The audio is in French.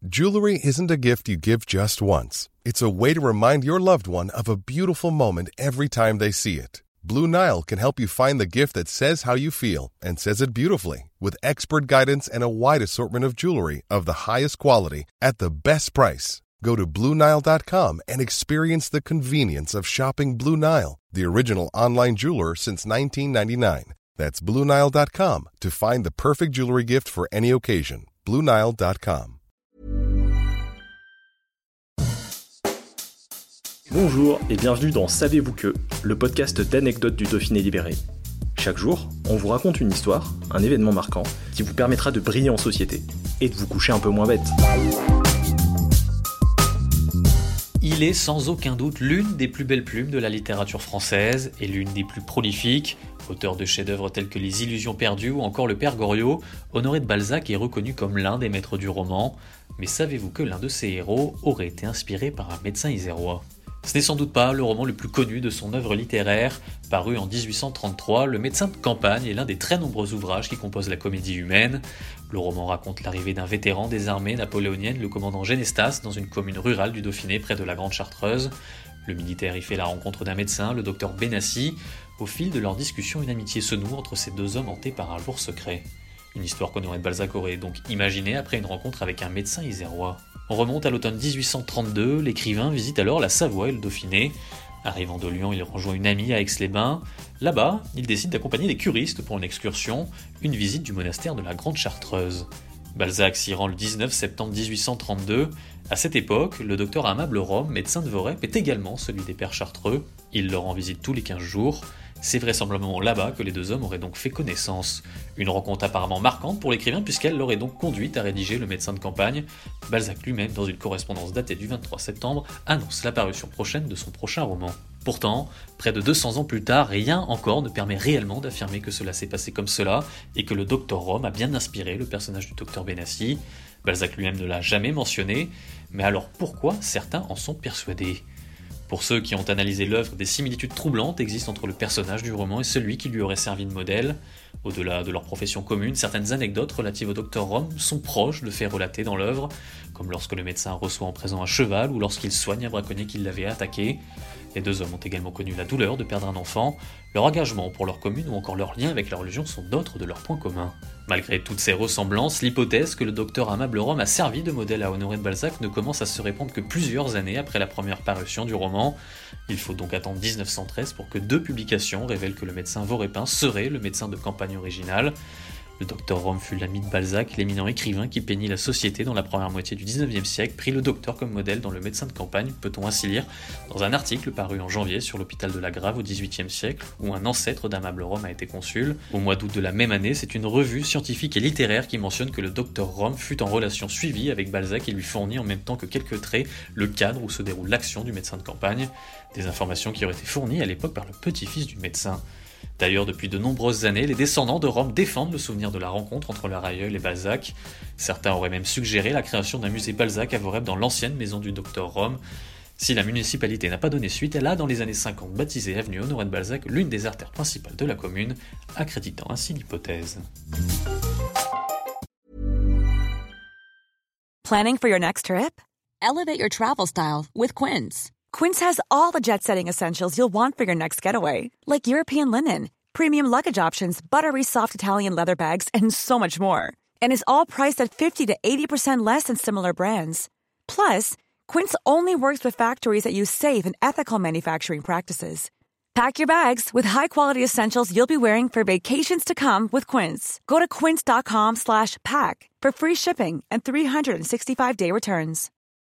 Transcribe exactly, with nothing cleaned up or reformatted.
Jewelry isn't a gift you give just once. It's a way to remind your loved one of a beautiful moment every time they see it. Blue Nile can help you find the gift that says how you feel and says it beautifully, with expert guidance and a wide assortment of jewelry of the highest quality at the best price. Go to Blue Nile dot com and experience the convenience of shopping Blue Nile, the original online jeweler since nineteen ninety-nine. That's Blue Nile dot com to find the perfect jewelry gift for any occasion. Blue Nile dot com. Bonjour et bienvenue dans Savez-vous que, le podcast d'anecdotes du Dauphiné libéré. Chaque jour, on vous raconte une histoire, un événement marquant, qui vous permettra de briller en société et de vous coucher un peu moins bête. Il est sans aucun doute l'une des plus belles plumes de la littérature française et l'une des plus prolifiques. Auteur de chefs-d'œuvre tels que Les Illusions perdues ou encore Le Père Goriot, Honoré de Balzac est reconnu comme l'un des maîtres du roman. Mais savez-vous que l'un de ses héros aurait été inspiré par un médecin isérois ? Ce n'est sans doute pas le roman le plus connu de son œuvre littéraire. Paru en dix-huit cent trente-trois, Le Médecin de campagne est l'un des très nombreux ouvrages qui composent la comédie humaine. Le roman raconte l'arrivée d'un vétéran des armées napoléoniennes, le commandant Genestas, dans une commune rurale du Dauphiné près de la Grande Chartreuse. Le militaire y fait la rencontre d'un médecin, le docteur Benassi. Au fil de leur discussion, une amitié se noue entre ces deux hommes hantés par un lourd secret. Une histoire qu'Honoré de Balzac aurait donc imaginée après une rencontre avec un médecin isérois. On remonte à l'automne dix-huit cent trente-deux, l'écrivain visite alors la Savoie et le Dauphiné. Arrivant de Lyon, il rejoint une amie à Aix-les-Bains. Là-bas, il décide d'accompagner des curistes pour une excursion, une visite du monastère de la Grande Chartreuse. Balzac s'y rend le dix-neuf septembre dix-huit cent trente-deux. À cette époque, le docteur Amable Rome, médecin de Vorep, est également celui des Pères Chartreux. Il leur rend visite tous les quinze jours. C'est vraisemblablement là-bas que les deux hommes auraient donc fait connaissance. Une rencontre apparemment marquante pour l'écrivain puisqu'elle l'aurait donc conduite à rédiger Le Médecin de campagne. Balzac lui-même, dans une correspondance datée du vingt-trois septembre, annonce la parution prochaine de son prochain roman. Pourtant, près de deux cents ans plus tard, rien encore ne permet réellement d'affirmer que cela s'est passé comme cela et que le docteur Rome a bien inspiré le personnage du docteur Benassi. Balzac lui-même ne l'a jamais mentionné, mais alors pourquoi certains en sont persuadés ? Pour ceux qui ont analysé l'œuvre, des similitudes troublantes existent entre le personnage du roman et celui qui lui aurait servi de modèle. Au-delà de leur profession commune, certaines anecdotes relatives au docteur Rome sont proches de faits relatés dans l'œuvre, comme lorsque le médecin reçoit en présent un cheval ou lorsqu'il soigne un braconnier qui l'avait attaqué. Les deux hommes ont également connu la douleur de perdre un enfant. Leur engagement pour leur commune ou encore leur lien avec leur religion sont d'autres de leurs points communs. Malgré toutes ces ressemblances, l'hypothèse que le docteur Amable Rome a servi de modèle à Honoré de Balzac ne commence à se répandre que plusieurs années après la première parution du roman. Il faut donc attendre dix-neuf cent treize pour que deux publications révèlent que le médecin vorépin serait le médecin de campagne original. Le docteur Rome fut l'ami de Balzac, l'éminent écrivain qui peignit la société dans la première moitié du dix-neuvième siècle, prit le docteur comme modèle dans Le Médecin de campagne, peut-on ainsi lire, dans un article paru en janvier sur l'hôpital de la Grave au dix-huitième siècle, où un ancêtre d'Amable Rome a été consul. Au mois d'août de la même année, c'est une revue scientifique et littéraire qui mentionne que le docteur Rome fut en relation suivie avec Balzac et lui fournit en même temps que quelques traits le cadre où se déroule l'action du médecin de campagne, des informations qui auraient été fournies à l'époque par le petit-fils du médecin. D'ailleurs, depuis de nombreuses années, les descendants de Rome défendent le souvenir de la rencontre entre leur aïeul et Balzac. Certains auraient même suggéré la création d'un musée Balzac à Vorep dans l'ancienne maison du docteur Rome. Si la municipalité n'a pas donné suite, elle a, dans les années cinquante, baptisé avenue Honoré de Balzac l'une des artères principales de la commune, accréditant ainsi l'hypothèse. Planning for your next trip? Elevate your travel style with Quince. Quince has all the jet-setting essentials you'll want for your next getaway, like European linen, premium luggage options, buttery soft Italian leather bags, and so much more. And is all priced at fifty to eighty percent less than similar brands. Plus, Quince only works with factories that use safe and ethical manufacturing practices. Pack your bags with high-quality essentials you'll be wearing for vacations to come with Quince. Go to quince dot com slash pack for free shipping and three sixty-five day returns.